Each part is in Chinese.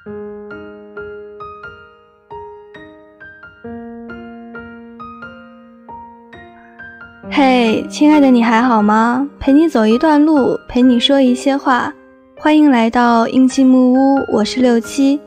嘿，亲爱的，你还好吗？陪你走一段路，陪你说一些话。欢迎来到印记木屋，我是67。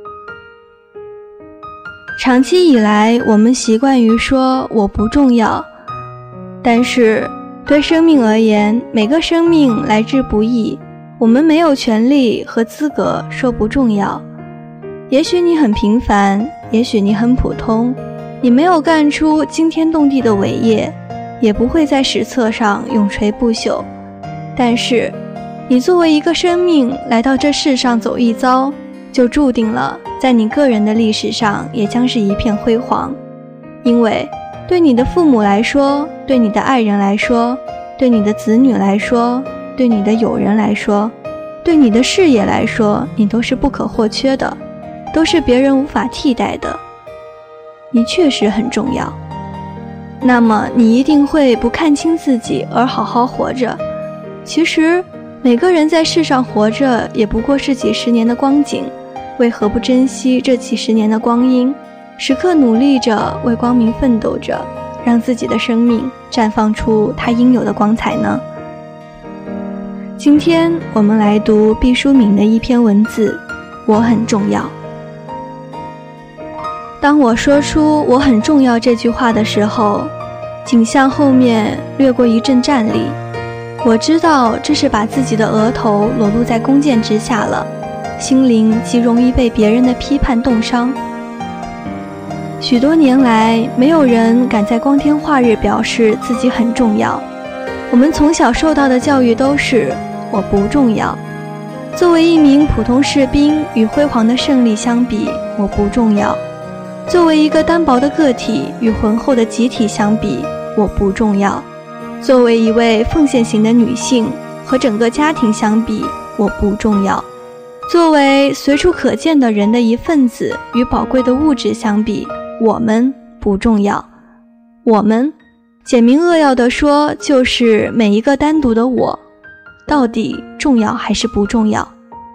长期以来，我们习惯于说我不重要，但是对生命而言，每个生命来之不易，我们没有权利和资格说不重要。也许你很平凡，也许你很普通，你没有干出惊天动地的伟业，也不会在史册上永垂不朽，但是你作为一个生命来到这世上走一遭，就注定了在你个人的历史上也将是一片辉煌。因为对你的父母来说，对你的爱人来说，对你的子女来说，对你的友人来说，对你的事业来说，你都是不可或缺的，都是别人无法替代的。你确实很重要。那么你一定会不看清自己而好好活着。其实每个人在世上活着也不过是几十年的光景，为何不珍惜这几十年的光阴，时刻努力着为光明奋斗着，让自己的生命绽放出它应有的光彩呢？今天我们来读毕淑敏的一篇文字，我很重要。当我说出我很重要这句话的时候，景象后面掠过一阵战栗。我知道这是把自己的额头裸露在弓箭之下了，心灵极容易被别人的批判冻伤。许多年来，没有人敢在光天化日表示自己很重要。我们从小受到的教育都是我不重要。作为一名普通士兵，与辉煌的胜利相比，我不重要。作为一个单薄的个体，与浑厚的集体相比，我不重要。作为一位奉献型的女性，和整个家庭相比，我不重要。作为随处可见的人的一份子，与宝贵的物质相比，我们不重要。我们，简明扼要地说，就是每一个单独的我，到底重要还是不重要？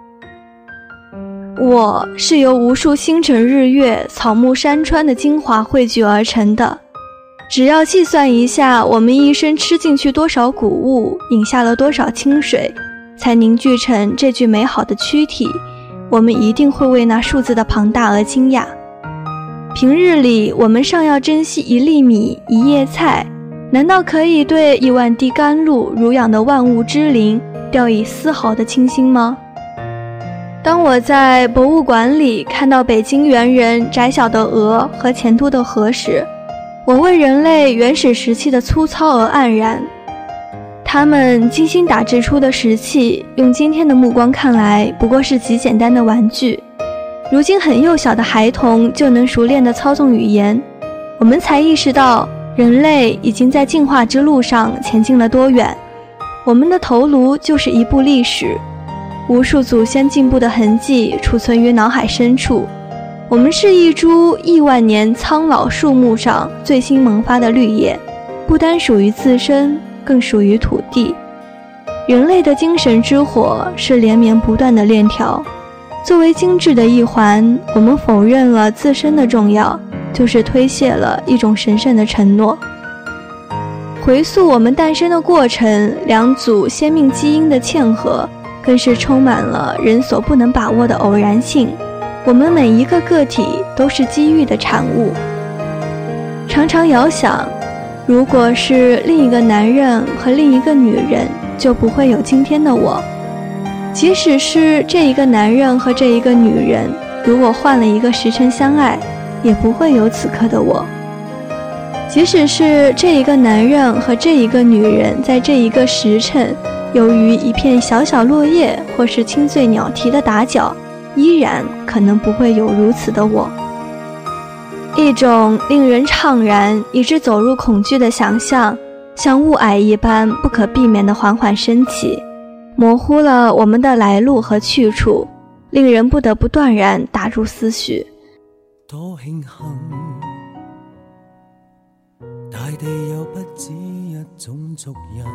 我是由无数星辰日月、草木山川的精华汇聚而成的。只要计算一下我们一生吃进去多少谷物，饮下了多少清水，才凝聚成这具美好的躯体，我们一定会为那数字的庞大而惊讶。平日里我们尚要珍惜一粒米、一叶菜，难道可以对1万滴甘露濡养的万物之灵掉以丝毫的轻心吗？当我在博物馆里看到北京猿人窄小的额和前凸的颌时，我为人类原始石器的粗糙而黯然。他们精心打制出的石器，用今天的目光看来不过是极简单的玩具。如今很幼小的孩童就能熟练地操纵语言，我们才意识到人类已经在进化之路上前进了多远。我们的头颅就是一部历史，无数祖先进步的痕迹储存于脑海深处。我们是一株亿万年苍老树木上最新萌发的绿叶，不单属于自身，更属于土地。人类的精神之火是连绵不断的链条，作为精致的一环，我们否认了自身的重要，就是推卸了一种神圣的承诺。回溯我们诞生的过程，两组先命基因的嵌合，更是充满了人所不能把握的偶然性。我们每一个个体都是机遇的产物。常常遥想，如果是另一个男人和另一个女人，就不会有今天的我。即使是这一个男人和这一个女人，如果换了一个时辰相爱，也不会有此刻的我。即使是这一个男人和这一个女人在这一个时辰，由于一片小小落叶或是清脆鸟啼的打搅，依然可能不会有如此的我。一种令人怅然以致走入恐惧的想象，像雾霭一般不可避免地缓缓升起，模糊了我们的来路和去处，令人不得不断然打入思绪。 多慶幸大地有不止一種族人，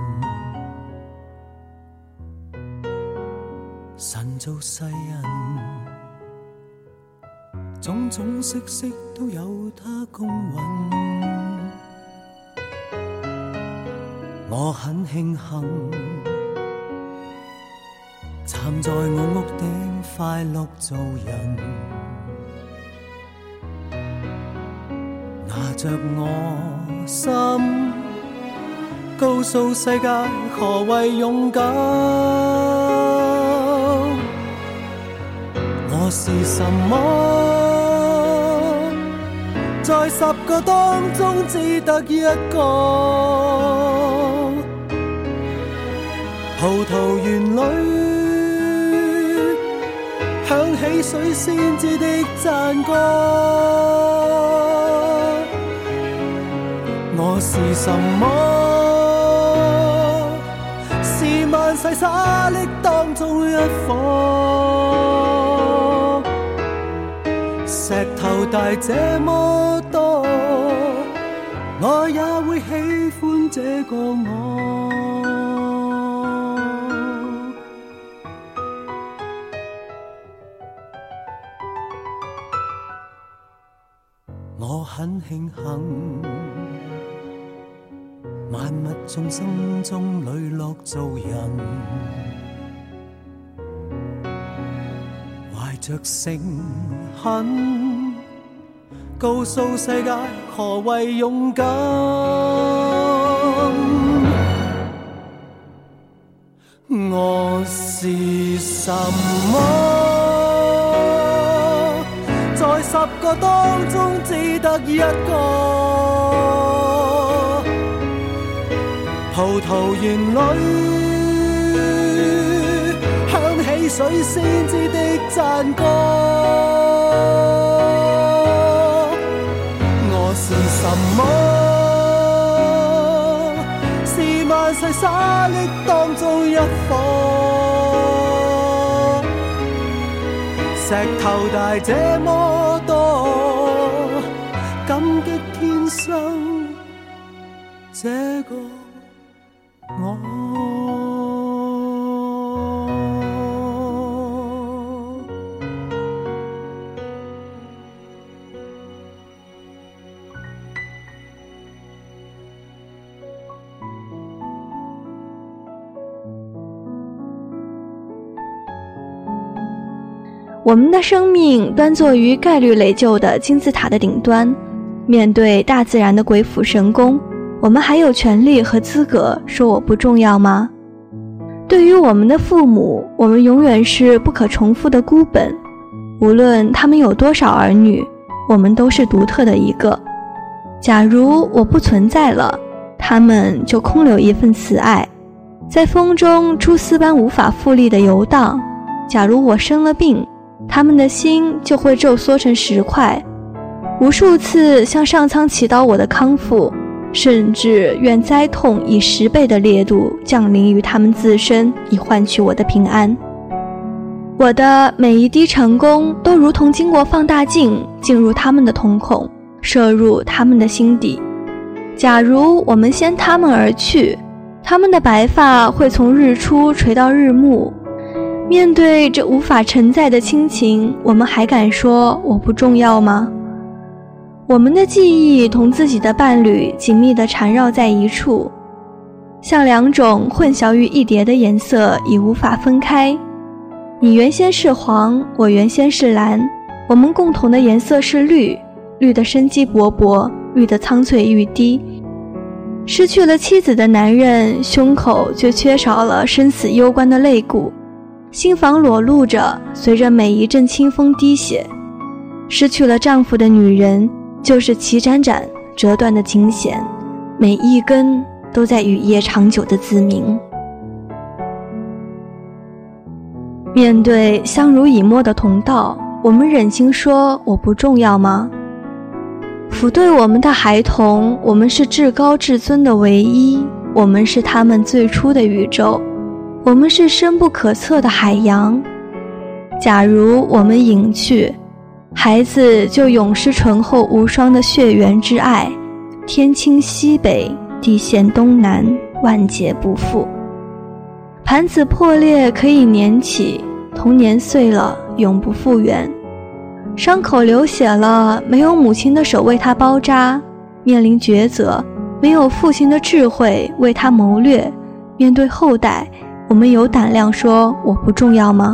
神造世人种种色色都有它公允。我很庆幸站在我屋顶快乐做人，拿着我心告诉世界何谓勇敢。我是什么？在10個當中只得一個。葡萄園裏響起水仙子的讚歌。我是什麼？是萬世沙礫當中一顆。石頭大這麼多，我也會喜歡這個我。我很慶幸，萬物眾生中磊落做人，懷着誠懇，告訴世界何謂勇敢。我是什麼？在10個當中只得一個。葡萄園裏響起水仙子的讚歌。我是什麼？是萬世沙礫當中一顆。石頭大這麼多，感激天生這個我。 我们的生命端坐于概率垒就的金字塔的顶端，面对大自然的鬼斧神工，我们还有权利和资格说我不重要吗？对于我们的父母，我们永远是不可重复的孤本，无论他们有多少儿女，我们都是独特的一个。假如我不存在了，他们就空留一份慈爱，在风中蛛丝般无法复利的游荡。假如我生了病，他们的心就会皱缩成石块，无数次向上苍祈祷我的康复，甚至愿灾痛以10倍的烈度降临于他们自身，以换取我的平安。我的每一滴成功都如同经过放大镜进入他们的瞳孔，射入他们的心底。假如我们先他们而去，他们的白发会从日出垂到日暮。面对这无法承载的亲情，我们还敢说我不重要吗？我们的记忆同自己的伴侣紧密地缠绕在一处，像2种混淆于一叠的颜色，已无法分开。你原先是黄，我原先是蓝，我们共同的颜色是绿，绿的生机勃勃，绿的苍翠欲滴。失去了妻子的男人，胸口就缺少了生死攸关的肋骨，心房裸露着，随着每一阵清风滴血。失去了丈夫的女人，就是齐展展折断的琴弦，每一根都在雨夜长久的自鸣。面对相濡以沫的同道，我们忍心说我不重要吗？抚对我们的孩童，我们是至高至尊的唯一，我们是他们最初的宇宙，我们是深不可测的海洋。假如我们隐去，孩子就永失醇厚无双的血缘之爱，天倾西北，地陷东南，万劫不复。盘子破裂可以粘起，童年碎了永不复原。 伤口流血了，没有母亲的手为他包扎，面临抉择，没有父亲的智慧为他谋略，面对后代，我们有胆量说我不重要吗？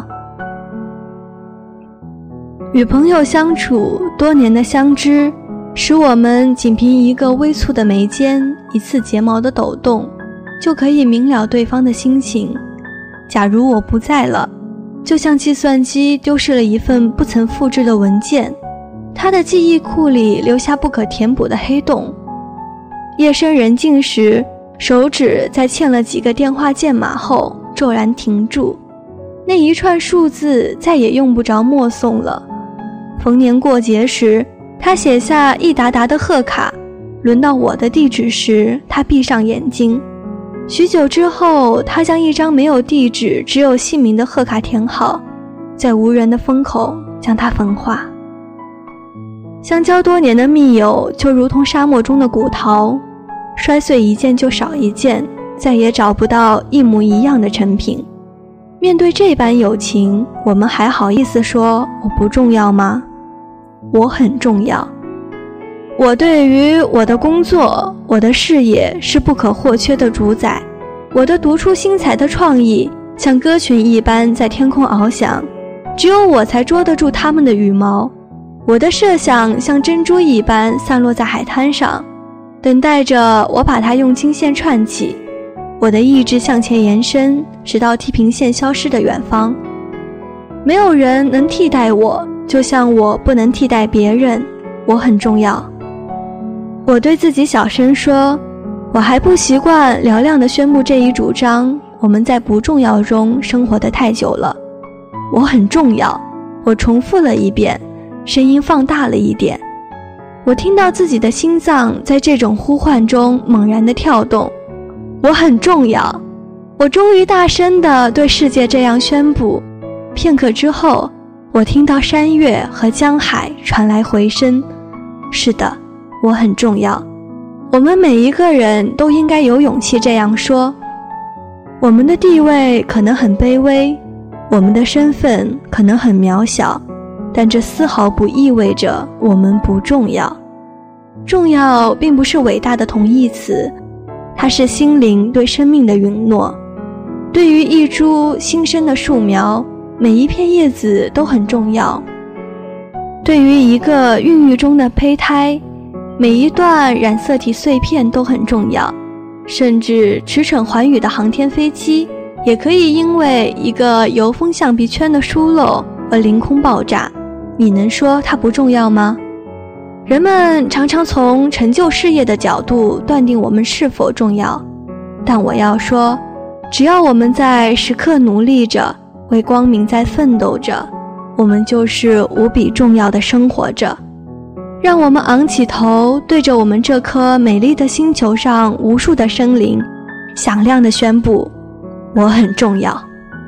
与朋友相处，多年的相知，使我们仅凭一个微蹙的眉间，一次睫毛的抖动，就可以明了对方的心情。假如我不在了，就像计算机丢失了一份不曾复制的文件，它的记忆库里留下不可填补的黑洞。夜深人静时，手指在嵌了几个电话键码后骤然停住，那一串数字再也用不着默诵了。逢年过节时，他写下一沓沓的贺卡，轮到我的地址时，他闭上眼睛。许久之后，他将一张没有地址只有姓名的贺卡填好，在无人的风口将它焚化。相交多年的密友就如同沙漠中的古陶，摔碎一件就少一件，再也找不到一模一样的成品。面对这般友情，我们还好意思说我不重要吗？我很重要。我对于我的工作，我的事业是不可或缺的主宰。我的独出心裁的创意像歌群一般在天空翱翔，只有我才捉得住它们的羽毛。我的设想像珍珠一般散落在海滩上，等待着我把它用金线串起。我的意志向前延伸，直到地平线消失的远方。没有人能替代我，就像我不能替代别人。我很重要。我对自己小声说，我还不习惯嘹亮地宣布这一主张，我们在不重要中生活得太久了。我很重要，我重复了一遍，声音放大了一点。我听到自己的心脏在这种呼唤中猛然地跳动。我很重要，我终于大声地对世界这样宣布。片刻之后，我听到山岳和江海传来回声。是的，我很重要。我们每一个人都应该有勇气这样说。我们的地位可能很卑微，我们的身份可能很渺小，但这丝毫不意味着我们不重要。重要并不是伟大的同义词，它是心灵对生命的允诺。对于一株新生的树苗，每一片叶子都很重要。对于一个孕育中的胚胎，每一段染色体碎片都很重要。甚至驰骋寰宇的航天飞机，也可以因为一个油封橡皮圈的疏漏而凌空爆炸。你能说它不重要吗？人们常常从成就事业的角度断定我们是否重要，但我要说，只要我们在时刻努力着，为光明在奋斗着，我们就是无比重要的生活着。让我们昂起头，对着我们这颗美丽的星球上无数的生灵，响亮地宣布：我很重要。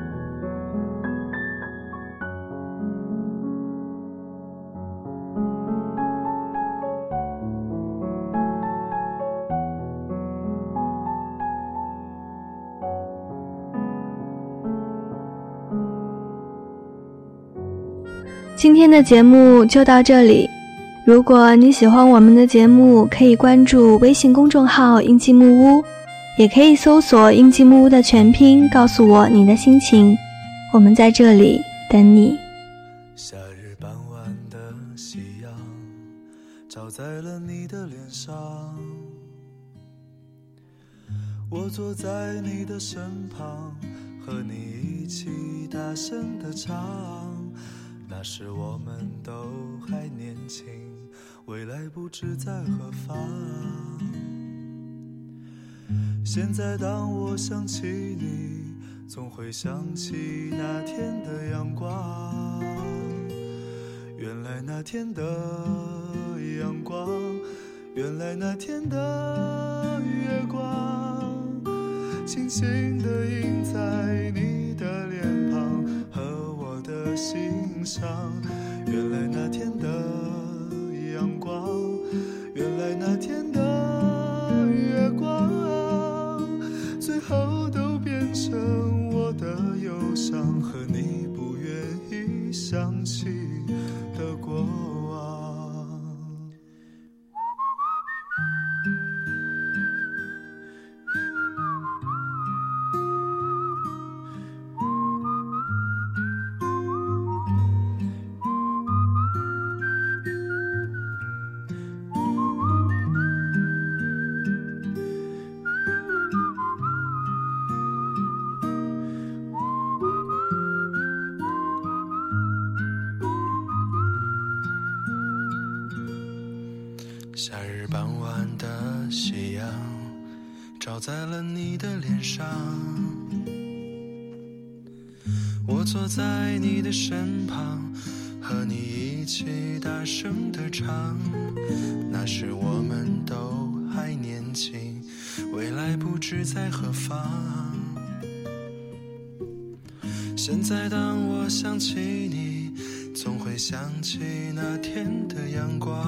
今天的节目就到这里。如果你喜欢我们的节目，可以关注微信公众号印记木屋，也可以搜索印记木屋的全拼，告诉我你的心情。我们在这里等你。 夏日傍晚的夕阳照在了你的脸上，我坐在你的身旁，和你一起大声地唱。那时我们都还年轻，未来不知在何方。现在当我想起你，总会想起那天的阳光。原来那天的阳光，原来那天的月光，轻轻地印在你的脸庞和我的心上。原来那天的阳光，原来那天的月光，最后都变成我的忧伤和你不愿意想起的过夏日傍晚的夕阳照在了你的脸上，我坐在你的身旁，和你一起大声地唱。那时我们都还年轻，未来不知在何方。现在当我想起你，总会想起那天的阳光。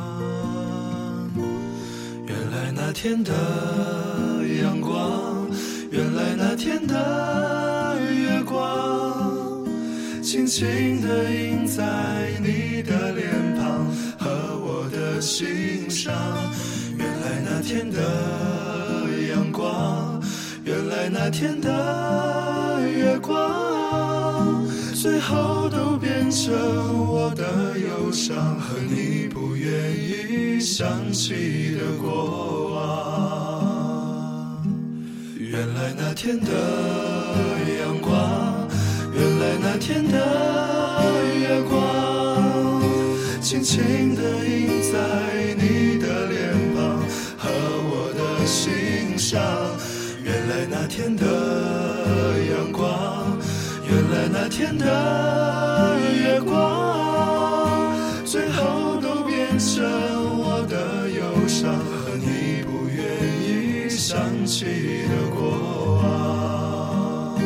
原来那天的阳光，原来那天的月光，轻轻地印在你的脸庞和我的心上。原来那天的阳光，原来那天的月光，最后都变成我的忧伤和你不愿意想起的过往。原来那天的阳光，原来那天的月光，轻轻地印在你的脸庞和我的心上。原来那天的阳光，原来那天的月光，最后都变成我的忧伤和你不愿意想起的过往，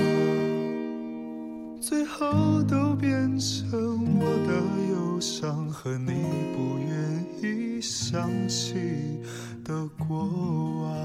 最后都变成我的忧伤和你不愿意想起的过往。